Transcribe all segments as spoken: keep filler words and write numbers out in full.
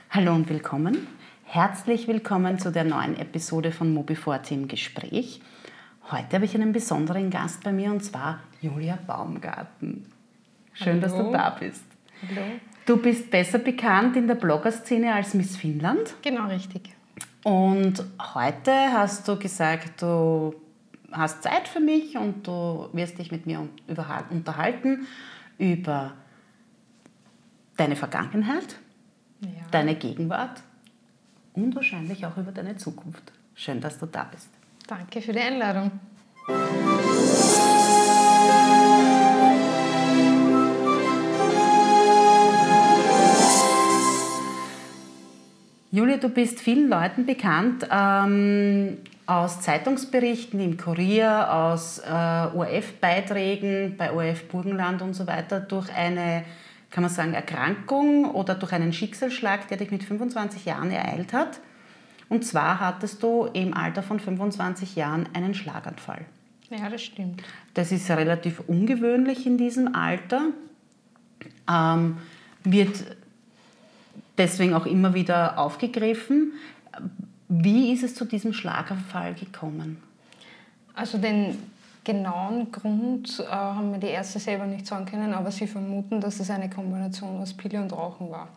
Hallo und willkommen. Herzlich willkommen zu der neuen Episode von Mobiforte im Gespräch. Heute habe ich einen besonderen Gast bei mir und zwar Julia Baumgarten. Schön, Hallo. dass du da bist. Hallo. Du bist besser bekannt in der Bloggerszene als Miss Finnland. Genau, richtig. Und heute hast du gesagt, du hast Zeit für mich und du wirst dich mit mir unterhalten über deine Vergangenheit, Ja. deine Gegenwart und wahrscheinlich auch über deine Zukunft. Schön, dass du da bist. Danke für die Einladung. Julia, du bist vielen Leuten bekannt, ähm, aus Zeitungsberichten im Kurier, aus äh, O R F-Beiträgen bei O R F Burgenland und so weiter, durch eine, kann man sagen, Erkrankung oder durch einen Schicksalsschlag, der dich mit fünfundzwanzig Jahren ereilt hat. Und zwar hattest du im Alter von fünfundzwanzig Jahren einen Schlaganfall. Ja, das stimmt. Das ist relativ ungewöhnlich in diesem Alter, ähm, wird deswegen auch immer wieder aufgegriffen. Wie ist es zu diesem Schlaganfall gekommen? Also den genauen Grund äh, haben mir die Ärzte selber nicht sagen können, aber sie vermuten, dass es eine Kombination aus Pille und Rauchen war.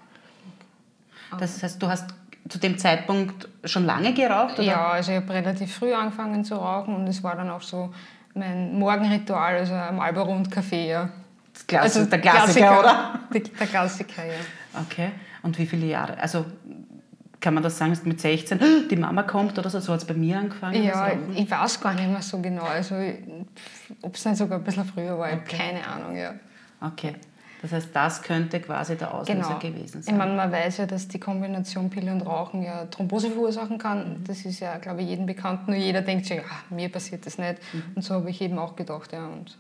Das heißt, du hast zu dem Zeitpunkt schon lange geraucht? Oder? Ja, also ich habe relativ früh angefangen zu rauchen und es war dann auch so mein Morgenritual, also ein Marlboro und Kaffee. Ja. Das Klasse, Also der Klassiker, Klassiker, oder? Der, der Klassiker, ja. Okay. Und wie viele Jahre? Also kann man das sagen, dass mit sechzehn die Mama kommt oder so? So hat es bei mir angefangen. Ja, also. ich weiß gar nicht mehr so genau. Also, ob es nicht sogar ein bisschen früher war, ich Okay. habe keine Ahnung. Ja. Okay. Das heißt, das könnte quasi der Auslöser Genau. gewesen sein. Ich meine, man weiß ja, dass die Kombination Pille und Rauchen ja Thrombose verursachen kann. Mhm. Das ist ja, glaube ich, jedem bekannt. Nur jeder denkt sich, ja, mir passiert das nicht. Mhm. Und so habe ich eben auch gedacht. Ja. Und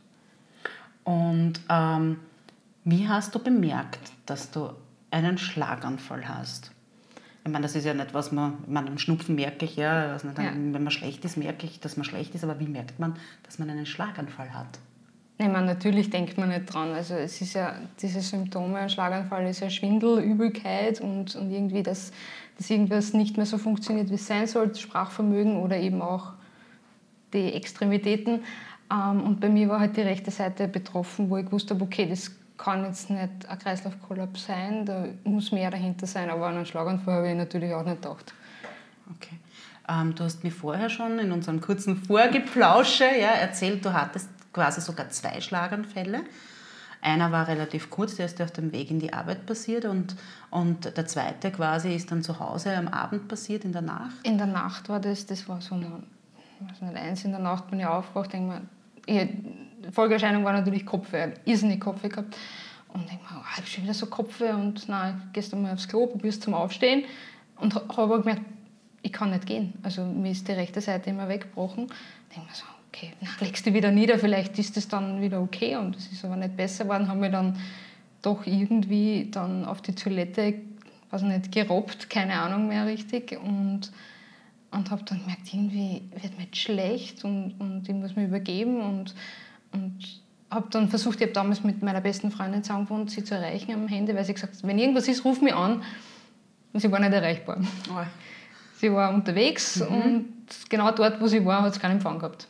Und ähm, wie hast du bemerkt, dass du einen Schlaganfall hast? Ich meine, das ist ja nicht, was man, ich meine, am Schnupfen merke ich ja, also nicht, Ja. wenn man schlecht ist, merke ich, dass man schlecht ist, aber wie merkt man, dass man einen Schlaganfall hat? ich meine, natürlich denkt man nicht dran. Also es ist ja, diese Symptome, ein Schlaganfall ist ja Schwindel, Übelkeit und, und irgendwie, dass, dass irgendwas nicht mehr so funktioniert, wie es sein soll, das Sprachvermögen oder eben auch die Extremitäten. Ähm, Und bei mir war halt die rechte Seite betroffen, wo ich gewusst habe, okay, das kann jetzt nicht ein Kreislaufkollaps sein, da muss mehr dahinter sein, aber an einen Schlaganfall habe ich natürlich auch nicht gedacht. Okay. Ähm, du hast mir vorher schon in unserem kurzen Vorgeplausche ja, erzählt, du hattest quasi sogar zwei Schlaganfälle. Einer war relativ kurz, der ist dir auf dem Weg in die Arbeit passiert und, und der zweite quasi ist dann zu Hause am Abend passiert, in der Nacht. In der Nacht war das, das war so eine, ich weiß nicht, eins in der Nacht bin ich aufgewacht, denke mir, ich, die Folgeerscheinung war natürlich Kopfweh, irrsinnig Kopfweh gehabt. Und ich denke mir, oh, ich habe schon wieder so Kopfweh und nein, gehst du mal aufs Klo, probierst zum Aufstehen. Und habe aber gemerkt, ich kann nicht gehen. Also mir ist die rechte Seite immer weggebrochen. Ich denke mir so, okay, na, legst du wieder nieder, vielleicht ist das dann wieder okay. Und es ist aber nicht besser geworden, haben wir dann doch irgendwie dann auf die Toilette, weiß nicht, gerobbt, keine Ahnung mehr richtig. Und Und habe dann gemerkt, irgendwie wird mir jetzt schlecht und, und ich muss mich übergeben. Und, und habe dann versucht, ich habe damals mit meiner besten Freundin zusammen gewohnt, sie zu erreichen am Handy, weil sie gesagt hat, wenn irgendwas ist, ruf mich an. Und sie war nicht erreichbar. Oh. Sie war unterwegs Mhm. und genau dort, wo sie war, hat sie keinen Empfang gehabt.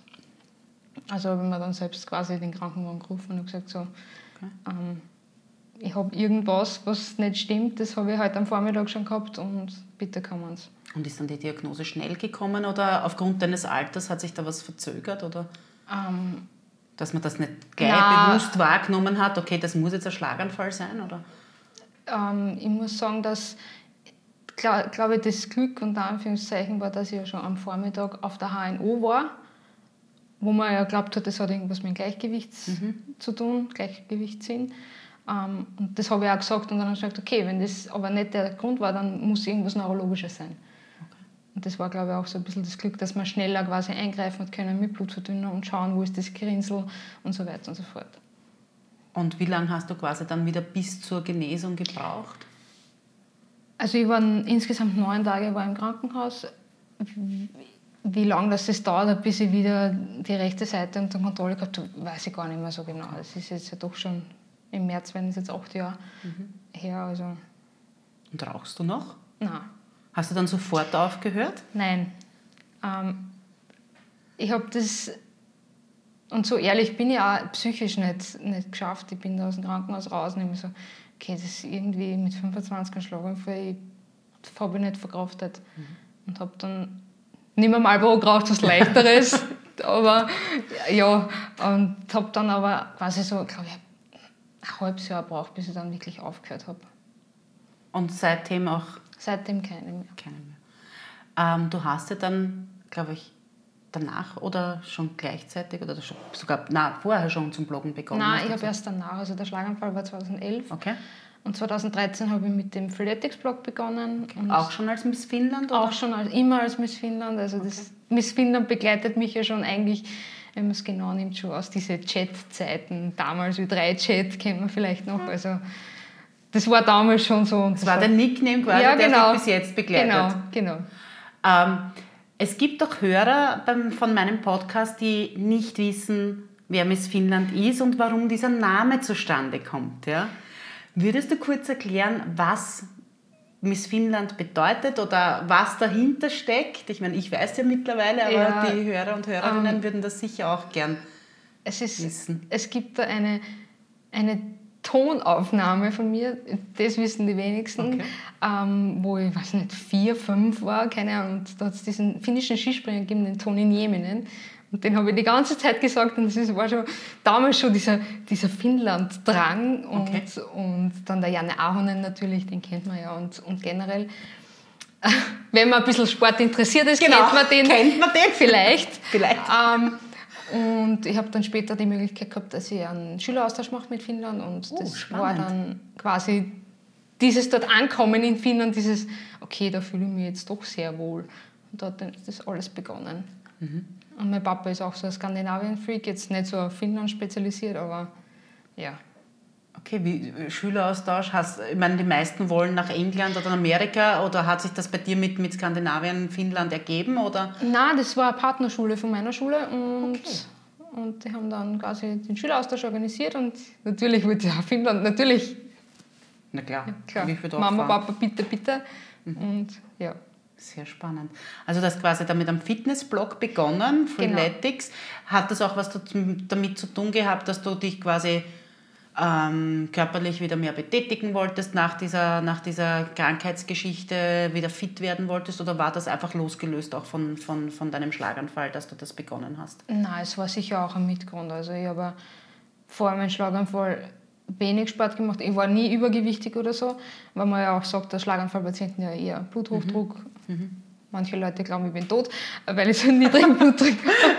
Also habe ich mir dann selbst quasi den Krankenwagen gerufen und habe gesagt, so, Okay. ähm, ich habe irgendwas, was nicht stimmt, das habe ich heute am Vormittag schon gehabt und bitte kommen Sie. Und ist dann die Diagnose schnell gekommen oder aufgrund deines Alters hat sich da was verzögert? Oder Ähm, dass man das nicht gleich Na. bewusst wahrgenommen hat, okay, das muss jetzt ein Schlaganfall sein? Oder? Ähm, ich muss sagen, dass, glaube glaub ich, das Glück unter Anführungszeichen war, dass ich ja schon am Vormittag auf der H N O war, wo man ja glaubt hat, das hat irgendwas mit dem Gleichgewicht Mhm. zu tun, Gleichgewichtssinn. Ähm, und das habe ich auch gesagt und dann habe ich gesagt, okay, wenn das aber nicht der Grund war, dann muss irgendwas Neurologisches sein. Okay. Und das war, glaube ich, auch so ein bisschen das Glück, dass man schneller quasi eingreifen hat können mit Blutverdünner und schauen, wo ist das Gerinnsel und so weiter und so fort. Und wie lange hast du quasi dann wieder bis zur Genesung gebraucht? Also ich war insgesamt neun Tage war im Krankenhaus. Wie lange das, das dauert, bis ich wieder die rechte Seite unter Kontrolle gehabt habe, weiß ich gar nicht mehr so genau. Es ist jetzt ja doch schon im März, wenn es jetzt acht Jahre Mhm. her. Also Und rauchst du noch? Nein. Hast du dann sofort aufgehört? Nein. Ähm, ich habe das, und so ehrlich bin ich auch psychisch nicht, nicht geschafft. Ich bin da aus dem Krankenhaus raus und ich so, okay, das ist irgendwie mit fünfundzwanzig ein Schlaganfall, das habe ich nicht verkraftet. Mhm. Und habe dann nicht mehr Marlboro geraucht, was Leichteres, aber ja, und habe dann aber quasi so, glaube ich, ein halbes Jahr gebraucht, bis ich dann wirklich aufgehört habe. Und seitdem auch? Seitdem keine mehr. Keine mehr. Ähm, du hast ja dann, glaube ich, danach oder schon gleichzeitig oder schon, sogar na, vorher schon zum Bloggen begonnen? Nein, ich habe erst danach. Also der Schlaganfall war zweitausendelf. Okay. Und zweitausenddreizehn habe ich mit dem Freeletics-Blog begonnen. Okay. Und auch schon als Miss Finnland? Oder? Auch schon als, immer als Miss Finnland. Also okay. Das Miss Finnland begleitet mich ja schon eigentlich, wenn man es genau nimmt, schon aus diesen Chat-Zeiten. Damals wie drei Chat kennt man vielleicht noch. Also das war damals schon so. Das, das war der Nickname quasi, ja, genau, der sich bis jetzt begleitet. Genau, genau. Ähm, es gibt auch Hörer beim, von meinem Podcast, die nicht wissen, wer Miss Finnland ist und warum dieser Name zustande kommt. Ja? Würdest du kurz erklären, was Miss Finnland bedeutet oder was dahinter steckt? Ich meine, ich weiß ja mittlerweile, aber ja, die Hörer und Hörerinnen ähm, würden das sicher auch gern es ist, wissen. Es gibt da eine, eine Tonaufnahme von mir, das wissen die wenigsten, okay. ähm, wo ich, weiß nicht, vier, fünf war, keine Ahnung, und da hat es diesen finnischen Skispringer gegeben, den Toni Nieminen, und den habe ich die ganze Zeit gesagt, und das war schon damals schon dieser, dieser Finnland-Drang, und, okay. und dann der Janne Ahonen natürlich, den kennt man ja, und, und generell, wenn man ein bisschen Sport interessiert ist, genau. kennt man den, kennt man den? vielleicht. vielleicht. Ähm, Und ich habe dann später die Möglichkeit gehabt, dass ich einen Schüleraustausch mache mit Finnland. Und oh, das spannend. war dann quasi dieses dort Ankommen in Finnland, dieses, okay, da fühle ich mich jetzt doch sehr wohl. Und dort ist das alles begonnen. Mhm. Und mein Papa ist auch so ein Skandinavien-Freak, jetzt nicht so auf Finnland spezialisiert, aber ja. Okay, wie Schüleraustausch, hast, ich meine, die meisten wollen nach England oder Amerika, oder hat sich das bei dir mit, mit Skandinavien, Finnland ergeben? Oder? Nein, das war eine Partnerschule von meiner Schule, und, okay. und die haben dann quasi den Schüleraustausch organisiert, und natürlich wollte ich auch Finnland, natürlich. Na klar, ja, klar. Mama, fahren. Papa, bitte, bitte. Mhm. Und ja. Sehr spannend. Also du hast quasi damit am Fitnessblog begonnen, Freeletics. Genau. Hat das auch was damit zu tun gehabt, dass du dich quasi ähm, körperlich wieder mehr betätigen wolltest, nach dieser, nach dieser Krankheitsgeschichte wieder fit werden wolltest, oder war das einfach losgelöst auch von, von, von deinem Schlaganfall, dass du das begonnen hast? Nein, es war sicher auch ein Mitgrund. Also ich habe vor meinem Schlaganfall wenig Sport gemacht. Ich war nie übergewichtig oder so, weil man ja auch sagt, dass Schlaganfallpatienten ja eher Bluthochdruck, mhm. manche Leute glauben, ich bin tot, weil ich so einen niedrigen Blutdruck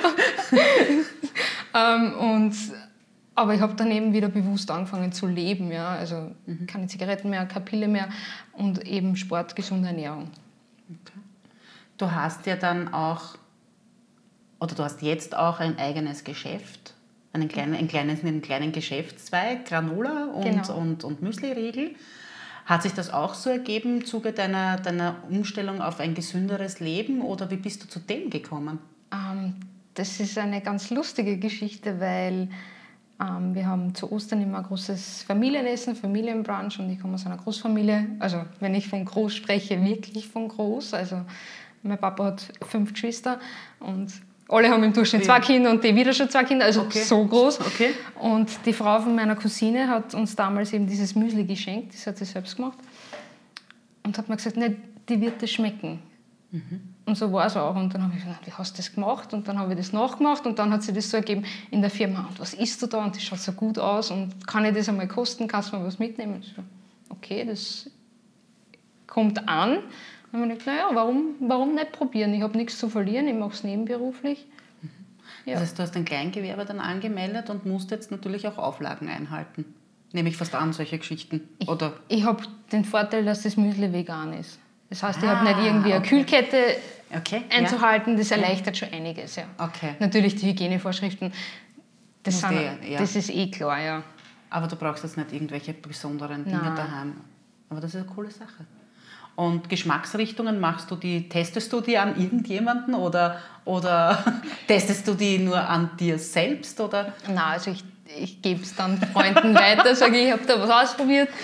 habe. ähm, und Aber ich habe dann eben wieder bewusst angefangen zu leben. Ja? Also mhm. keine Zigaretten mehr, keine Pille mehr und eben Sport, gesunde Ernährung. Okay. Du hast ja dann auch, oder du hast jetzt auch ein eigenes Geschäft, einen kleinen, einen kleinen, einen kleinen Geschäftszweig, Granola und, genau. und, und Müsli-Riegel. Hat sich das auch so ergeben im Zuge deiner, deiner Umstellung auf ein gesünderes Leben, oder wie bist du zu dem gekommen? Ähm, das ist eine ganz lustige Geschichte, weil ähm, wir haben zu Ostern immer ein großes Familienessen, Familienbrunch, und ich komme aus einer Großfamilie. Also wenn ich von groß spreche, wirklich von groß. Also mein Papa hat fünf Geschwister und alle haben im Durchschnitt zwei Kinder und die wieder schon zwei Kinder, also okay. so groß. Okay. Und die Frau von meiner Cousine hat uns damals eben dieses Müsli geschenkt, das hat sie selbst gemacht. Und hat mir gesagt, nee, die wird das schmecken. Mhm. Und so war es auch. Und dann habe ich gesagt, wie hast du das gemacht? Und dann habe ich das nachgemacht, und dann hat sie das so ergeben in der Firma. Und was isst du da? Und das schaut so gut aus. Und kann ich das einmal kosten? Kannst du mal was mitnehmen? Und so, okay, das kommt an. Und dann habe ich gedacht, naja, warum, warum nicht probieren? Ich habe nichts zu verlieren, ich mache es nebenberuflich. Mhm. Ja. Das heißt, du hast ein Kleingewerbe dann angemeldet und musst jetzt natürlich auch Auflagen einhalten. Nehme ich fast an, solche Geschichten. Oder? Ich, ich habe den Vorteil, dass das Müsli vegan ist. Das heißt, ah, ich habe nicht irgendwie eine okay. Kühlkette okay, einzuhalten, ja. das erleichtert schon einiges. Ja. Okay. Natürlich die Hygienevorschriften, das, sind, die, ja. das ist eh klar. Ja. Aber du brauchst jetzt nicht irgendwelche besonderen Dinge Nein. daheim. Aber das ist eine coole Sache. Und Geschmacksrichtungen, machst du die, testest du die an irgendjemanden oder, oder testest du die nur an dir selbst? Oder? Nein, also ich, ich gebe es dann Freunden weiter, sage ich, ich habe da was ausprobiert.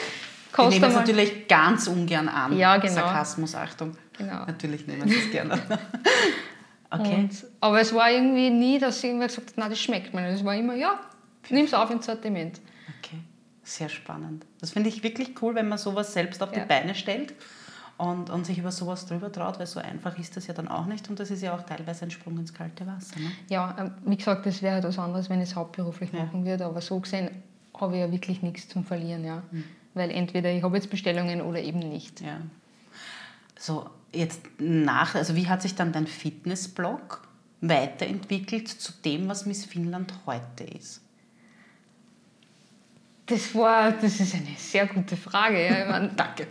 Wir nehmen es natürlich ganz ungern an. Ja, genau. Sarkasmus, Achtung. Genau. Natürlich nehmen sie es gerne. Okay. Und, aber es war irgendwie nie, dass irgendwer gesagt hat, nein, das schmeckt mir nicht. Es war immer, ja, nimm es auf ins Sortiment. Okay, sehr spannend. Das finde ich wirklich cool, wenn man sowas selbst auf Ja. die Beine stellt und, und sich über sowas drüber traut, weil so einfach ist das ja dann auch nicht und das ist ja auch teilweise ein Sprung ins kalte Wasser. Ne? Ja, ähm, wie gesagt, das wäre halt was anderes, wenn ich es hauptberuflich Ja. machen würde, aber so gesehen habe ich ja wirklich nichts zum Verlieren, ja. Mhm. Weil entweder ich habe jetzt Bestellungen oder eben nicht. Ja. So, jetzt nach, also wie hat sich dann dein Fitnessblog weiterentwickelt zu dem, was Miss Finnland heute ist? Das war, das ist eine sehr gute Frage. Ja. Ich meine, Danke.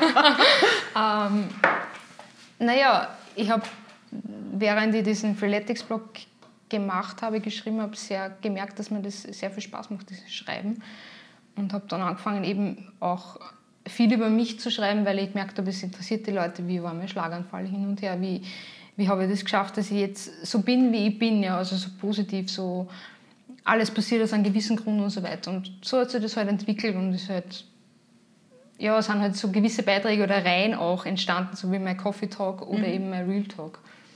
ähm, naja, ich habe, während ich diesen Freeletics-Blog gemacht habe, geschrieben habe, sehr gemerkt, dass mir das sehr viel Spaß macht, dieses Schreiben. Und habe dann angefangen, eben auch viel über mich zu schreiben, weil ich gemerkt habe, es interessiert die Leute, wie war mein Schlaganfall hin und her, wie, wie habe ich das geschafft, dass ich jetzt so bin, wie ich bin, ja, also so positiv, so alles passiert aus einem gewissen Grund und so weiter. Und so hat sich das halt entwickelt und ist halt, ja, es sind halt so gewisse Beiträge oder Reihen auch entstanden, so wie mein Coffee Talk oder mhm. eben mein Real Talk.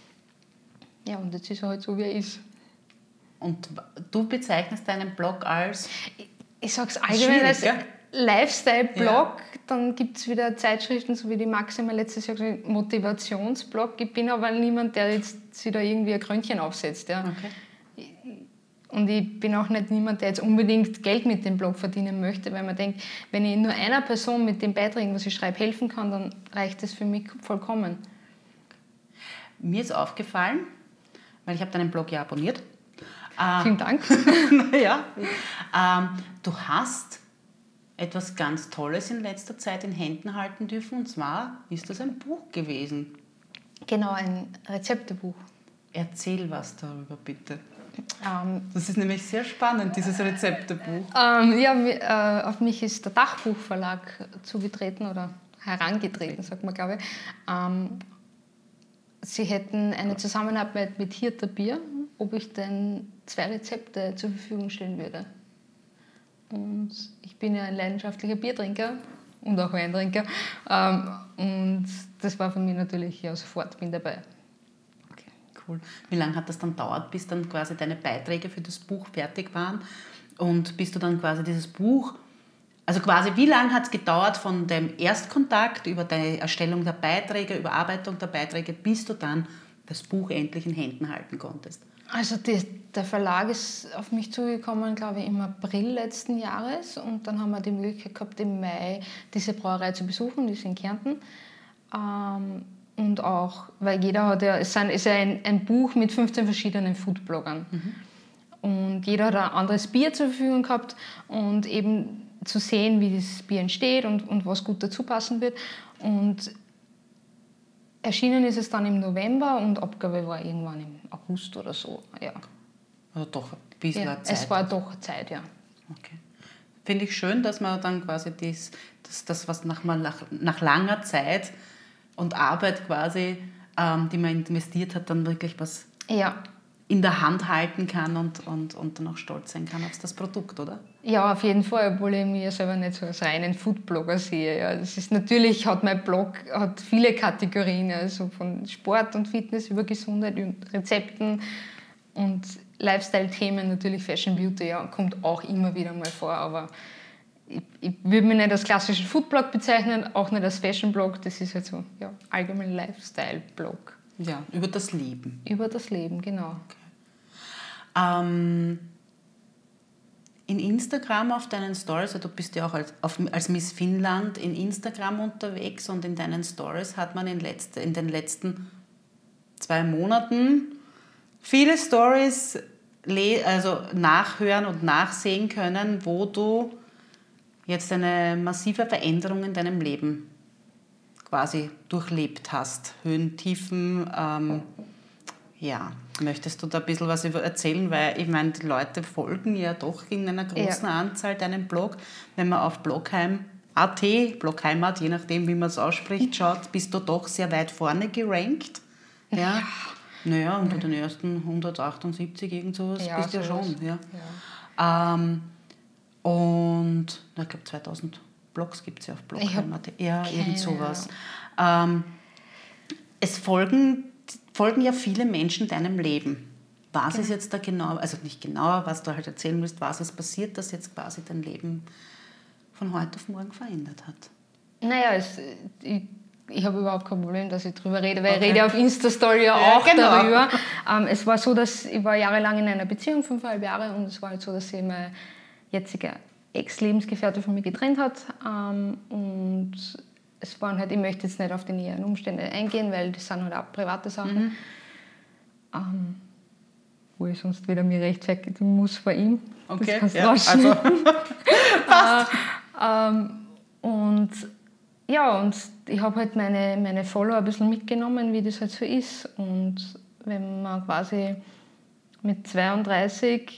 Ja, und jetzt ist er halt so, wie er ist. Und du bezeichnest deinen Blog als? Ich, ich sage es allgemein als ja? Lifestyle-Blog, ja. Dann gibt es wieder Zeitschriften, so wie die Maxima letztes Jahr gesagt, Motivationsblog. Ich bin aber niemand, der jetzt sich da irgendwie ein Krönchen aufsetzt. Ja. Okay. Und ich bin auch nicht niemand, der jetzt unbedingt Geld mit dem Blog verdienen möchte, weil man denkt, wenn ich nur einer Person mit den Beiträgen, was ich schreibe, helfen kann, dann reicht das für mich vollkommen. Mir ist aufgefallen, weil ich habe deinen Blog ja abonniert. Äh, Vielen Dank. ja, ähm, du hast etwas ganz Tolles in letzter Zeit in Händen halten dürfen, und zwar ist das ein Buch gewesen. Genau, ein Rezeptebuch. Erzähl was darüber, bitte. Ähm, das ist nämlich sehr spannend, dieses Rezeptebuch. Ähm, ja, äh, auf mich ist der Dachbuchverlag zugetreten oder herangetreten, sagt man, glaube ich. Ähm, sie hätten eine Zusammenarbeit mit Hirter Bier, ob ich denn zwei Rezepte zur Verfügung stellen würde. Und ich bin ja ein leidenschaftlicher Biertrinker und auch Weintrinker. Ähm, und das war für mich natürlich, ja, sofort bin dabei. Okay, cool. Wie lange hat das dann gedauert, bis dann quasi deine Beiträge für das Buch fertig waren? Und bis du dann quasi dieses Buch, also quasi wie lange hat es gedauert von dem Erstkontakt über deine Erstellung der Beiträge, Überarbeitung der Beiträge, bis du dann das Buch endlich in Händen halten konntest? Also die, der Verlag ist auf mich zugekommen, glaube ich, im April letzten Jahres, und dann haben wir die Möglichkeit gehabt, im Mai diese Brauerei zu besuchen, die ist in Kärnten. Ähm, und auch, weil jeder hat ja, es sind, ist ja ein, ein Buch mit fünfzehn verschiedenen Foodbloggern. Mhm. Und jeder hat ein anderes Bier zur Verfügung gehabt und eben zu sehen, wie das Bier entsteht und, und was gut dazu passen wird. Und erschienen ist es dann im November und Abgabe war irgendwann im August oder so. Ja. Also doch ein bisschen ja, Zeit. Es war doch Zeit, ja. Okay. Finde ich schön, dass man dann quasi das, das, das was nach, nach, nach langer Zeit und Arbeit quasi, ähm, die man investiert hat, dann wirklich was ja. in der Hand halten kann und, und, und dann auch stolz sein kann auf das Produkt, oder? Ja, auf jeden Fall, obwohl ich mir selber nicht so als reinen Foodblogger sehe. Ja. Das ist, natürlich hat mein Blog hat viele Kategorien, also von Sport und Fitness über Gesundheit und Rezepten und Lifestyle-Themen, natürlich Fashion Beauty, ja, kommt auch immer wieder mal vor, aber ich, ich würde mich nicht als klassischen Foodblog bezeichnen, auch nicht als Fashion-Blog, das ist halt so, ja, allgemein Lifestyle-Blog. Ja, über das Leben. Über das Leben, genau. Okay. Ähm, in Instagram auf deinen Stories, also du bist ja auch als, auf, als Miss Finnland in Instagram unterwegs, und in deinen Stories hat man in, letzte, in den letzten zwei Monaten viele Stories also nachhören und nachsehen können, wo du jetzt eine massive Veränderung in deinem Leben quasi durchlebt hast. Höhen, Tiefen, ähm, ja. Möchtest du da ein bisschen was erzählen? Weil ich meine, die Leute folgen ja doch in einer großen ja. Anzahl deinem Blog. Wenn man auf Blockheim Punkt A T, Blockheimat, je nachdem, wie man es ausspricht, schaut, bist du doch sehr weit vorne gerankt. Ja. ja. Naja, unter den ersten hundertachtundsiebzig, irgend sowas, ja, bist du ja sowas. schon. Ja. Ja. Ähm, und, na, ich glaube zweitausend Blogs gibt es ja auf Blog. Ich hab Ja, keine irgend sowas. Ähm, es folgen, folgen ja viele Menschen deinem Leben. Was Genau. ist jetzt da genau, also nicht genauer, was du halt erzählen willst, was ist passiert, das jetzt quasi dein Leben von heute auf morgen verändert hat? Naja, es, ich, ich habe überhaupt kein Problem, dass ich darüber rede, weil Okay. ich rede auf Insta-Story ja Ja, auch genau. darüber. Ähm, es war so, dass ich war jahrelang in einer Beziehung, fünfeinhalb Jahre, und es war halt so, dass sich mein jetziger Ex-Lebensgefährte von mir getrennt hat. Ähm, und es waren halt, ich möchte jetzt nicht auf die näheren Umstände eingehen, weil das sind halt auch private Sachen. Mhm. Ähm, wo ich sonst wieder mir rechtfertigen muss vor ihm. Okay, Das kannst du ja, rausschneiden. also ähm, und ja, und ich habe halt meine, meine Follower ein bisschen mitgenommen, wie das halt so ist. Und wenn man quasi mit zweiunddreißig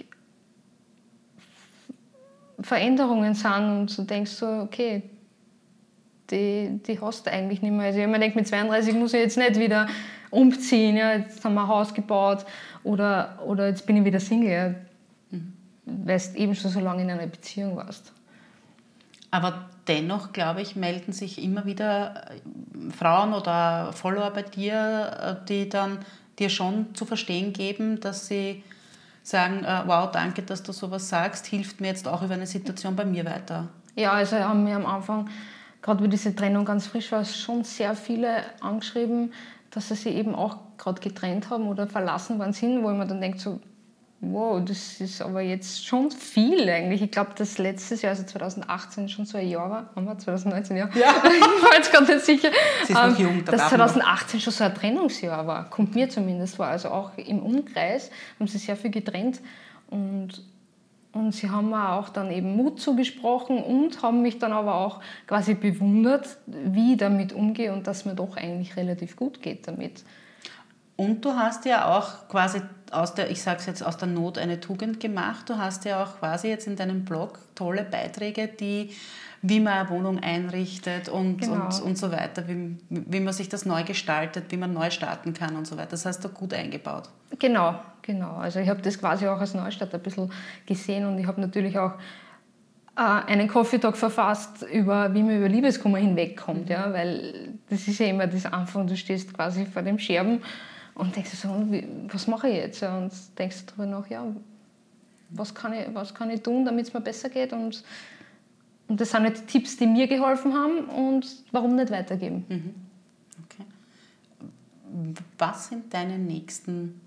Veränderungen sind und du denkst so, okay, die, die hast du eigentlich nicht mehr. Also ich habe mir gedacht, mit zweiunddreißig muss ich jetzt nicht wieder umziehen, ja, jetzt haben wir ein Haus gebaut oder, oder jetzt bin ich wieder Single, ja, Mhm. weil du eben schon so lange in einer Beziehung warst. Aber dennoch, glaube ich, melden sich immer wieder Frauen oder Follower bei dir, die dann dir schon zu verstehen geben, dass sie sagen, wow, danke, dass du sowas sagst, hilft mir jetzt auch über eine Situation bei mir weiter. Ja, also haben mir am Anfang, gerade wie diese Trennung ganz frisch war, schon sehr viele angeschrieben, dass sie sich eben auch gerade getrennt haben oder verlassen worden sind, wo ich mir dann denke, so, wow, das ist aber jetzt schon viel eigentlich. Ich glaube, dass letztes Jahr, also zweitausendachtzehn, schon so ein Jahr war. Haben wir zweitausendneunzehn, ja. Ja. Ich war jetzt gerade nicht sicher. Sie ist noch jung, da dass darf man noch. zweitausendachtzehn schon so ein Trennungsjahr war, kommt mir zumindest vor. Also auch im Umkreis haben sie sehr viel getrennt. Und, und sie haben mir auch dann eben Mut zugesprochen und haben mich dann aber auch quasi bewundert, wie ich damit umgehe und dass mir doch eigentlich relativ gut geht damit. Und du hast ja auch quasi aus der, ich sage es jetzt, aus der Not eine Tugend gemacht. Du hast ja auch quasi jetzt in deinem Blog tolle Beiträge, die, wie man eine Wohnung einrichtet und, Genau. und, und so weiter, wie, wie man sich das neu gestaltet, wie man neu starten kann und so weiter. Das hast du gut eingebaut. Genau, genau. Also ich habe das quasi auch als Neustadt ein bisschen gesehen und ich habe natürlich auch äh, einen Coffee Talk verfasst, über wie man über Liebeskummer hinwegkommt, ja, weil das ist ja immer das Anfang, du stehst quasi vor dem Scherben und denkst so, was mache ich jetzt? Und denkst darüber nach, ja, was kann ich, was kann ich tun, damit es mir besser geht? Und, und das sind halt die Tipps, die mir geholfen haben und warum nicht weitergeben. Mhm. Okay. Was sind deine nächsten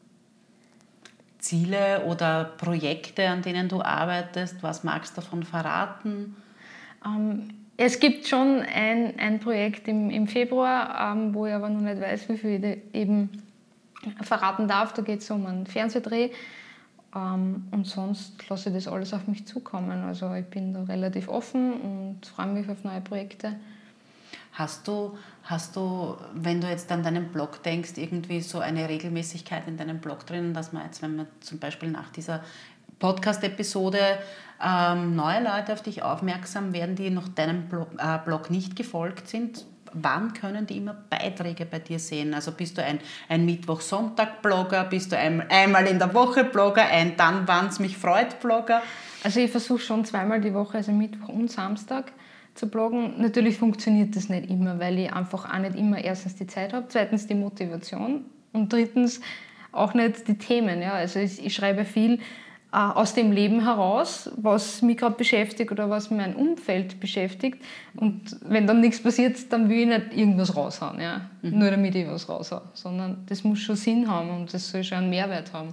Ziele oder Projekte, an denen du arbeitest? Was magst du davon verraten? Ähm, es gibt schon ein, ein Projekt im, im Februar, ähm, wo ich aber noch nicht weiß, wie viel ich eben verraten darf. Da geht es um einen Fernsehdreh. Ähm, und sonst lasse ich das alles auf mich zukommen. Also ich bin da relativ offen und freue mich auf neue Projekte. Hast du, hast du, wenn du jetzt an deinen Blog denkst, irgendwie so eine Regelmäßigkeit in deinem Blog drin, dass man jetzt, wenn man zum Beispiel nach dieser Podcast-Episode ähm, neue Leute auf dich aufmerksam werden, die noch deinem Blog, äh, Blog nicht gefolgt sind, wann können die immer Beiträge bei dir sehen? Also bist du ein, ein Mittwoch-Sonntag-Blogger, bist du ein, einmal in der Woche Blogger, ein dann, wann es mich freut Blogger? Also ich versuche schon zweimal die Woche, also Mittwoch und Samstag, zu bloggen. Natürlich funktioniert das nicht immer, weil ich einfach auch nicht immer erstens die Zeit habe, zweitens die Motivation und drittens auch nicht die Themen. Ja. Also ich, ich schreibe viel äh, aus dem Leben heraus, was mich gerade beschäftigt oder was mein Umfeld beschäftigt. Und wenn dann nichts passiert, dann will ich nicht irgendwas raushauen, ja. Mhm. Nur damit ich was raushaue, sondern das muss schon Sinn haben und das soll schon einen Mehrwert haben.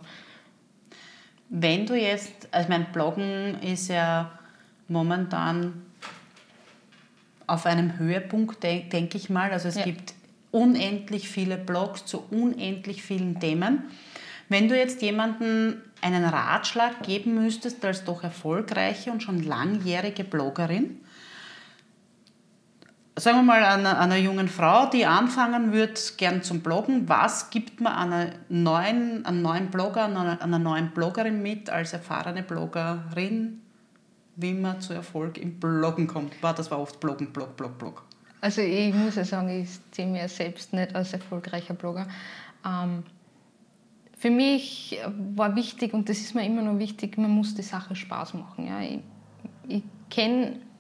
Wenn du jetzt, also mein Bloggen ist ja momentan auf einem Höhepunkt, denke denk ich mal. Also es ja. gibt unendlich viele Blogs zu unendlich vielen Themen. Wenn du jetzt jemandem einen Ratschlag geben müsstest als doch erfolgreiche und schon langjährige Bloggerin, sagen wir mal einer, einer jungen Frau, die anfangen würde, gern zum Bloggen, was gibt man einer neuen, einem neuen Blogger, einer, einer neuen Bloggerin mit als erfahrene Bloggerin, wie man zu Erfolg im Bloggen kommt? Das war oft Bloggen, Blog, Blog, Blog. Also ich muss ja sagen, ich sehe mich selbst nicht als erfolgreicher Blogger. Ähm, für mich war wichtig, und das ist mir immer noch wichtig, man muss die Sache Spaß machen. Ja. Ich, ich kenne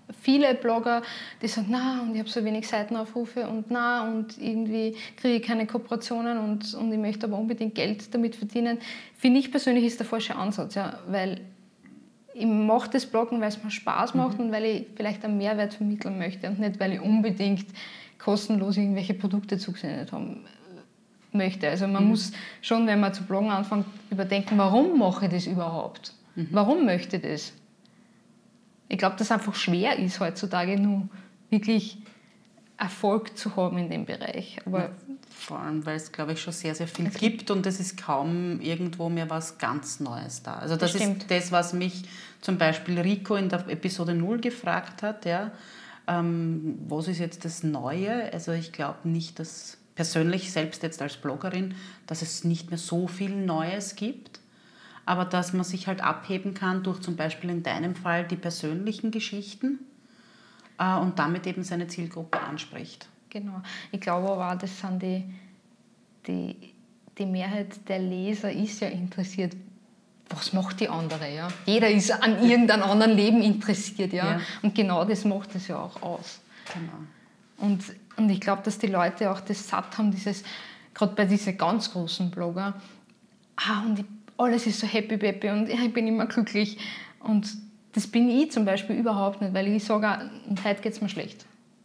viele Blogger, die sagen, na, und ich habe so wenig Seitenaufrufe und na, und irgendwie kriege ich keine Kooperationen und, und ich möchte aber unbedingt Geld damit verdienen. Finde ich persönlich ist der falsche Ansatz, ja, weil ich mache das Bloggen, weil es mir Spaß macht mhm. und weil ich vielleicht einen Mehrwert vermitteln möchte und nicht, weil ich unbedingt kostenlos irgendwelche Produkte zugesendet haben möchte. Also man mhm. muss schon, wenn man zu bloggen anfängt, überdenken, warum mache ich das überhaupt? Mhm. Warum möchte ich das? Ich glaube, dass es einfach schwer ist, heutzutage nur wirklich Erfolg zu haben in dem Bereich. Aber ja, vor allem, weil es, glaube ich, schon sehr, sehr viel gibt und es ist kaum irgendwo mehr was ganz Neues da. Also das, das ist das, was mich zum Beispiel Rico in der Episode null gefragt hat, ja, ähm, was ist jetzt das Neue? Also ich glaube nicht, dass persönlich, selbst jetzt als Bloggerin, dass es nicht mehr so viel Neues gibt, aber dass man sich halt abheben kann durch zum Beispiel in deinem Fall die persönlichen Geschichten äh, und damit eben seine Zielgruppe anspricht. Genau. Ich glaube aber auch, das sind die, die, die Mehrheit der Leser ist ja interessiert, was macht die andere, ja? Jeder ist an irgendeinem anderen Leben interessiert, ja? Ja. Und genau das macht es ja auch aus. Genau. Und, und ich glaube, dass die Leute auch das satt haben, dieses, gerade bei diesen ganz großen Blogger, ah, und ich, alles ist so happy peppy und ja, ich bin immer glücklich. Und das bin ich zum Beispiel überhaupt nicht, weil ich sage, und heute geht es mir schlecht.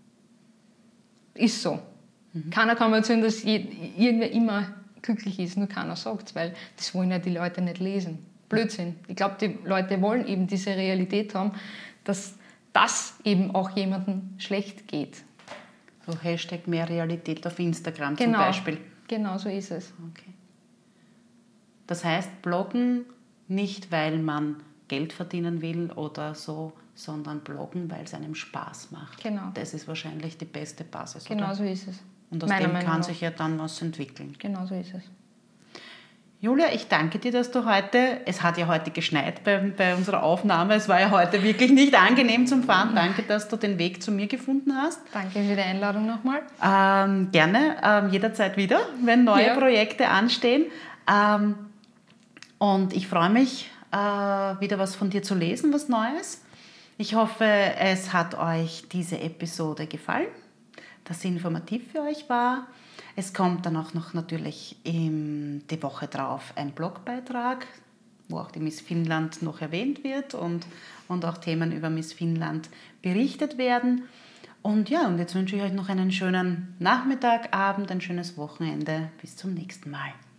Ist so. Mhm. Keiner kann mir erzählen, dass irgendwer immer glücklich ist, nur keiner sagt es, weil das wollen ja die Leute nicht lesen. Blödsinn. Ich glaube, die Leute wollen eben diese Realität haben, dass das eben auch jemandem schlecht geht. So Hashtag mehr Realität auf Instagram genau, zum Beispiel. Genau, so ist es. Okay. Das heißt, bloggen nicht, weil man Geld verdienen will oder so, sondern bloggen, weil es einem Spaß macht. Genau. Das ist wahrscheinlich die beste Basis, Genau oder? so ist es. Und aus Meiner dem Meinung kann nach. sich ja dann was entwickeln. Genau so ist es. Julia, ich danke dir, dass du heute, es hat ja heute geschneit bei, bei unserer Aufnahme, es war ja heute wirklich nicht angenehm zum Fahren. Danke, dass du den Weg zu mir gefunden hast. Danke für die Einladung nochmal. Ähm, gerne, ähm, jederzeit wieder, wenn neue ja. Projekte anstehen. Ähm, und ich freue mich, äh, wieder was von dir zu lesen, was Neues. Ich hoffe, es hat euch diese Episode gefallen, dass sie informativ für euch war. Es kommt dann auch noch natürlich im, die Woche drauf ein Blogbeitrag, wo auch die Miss Finnland noch erwähnt wird und, und auch Themen über Miss Finnland berichtet werden. Und ja, und jetzt wünsche ich euch noch einen schönen Nachmittag, Abend, ein schönes Wochenende. Bis zum nächsten Mal.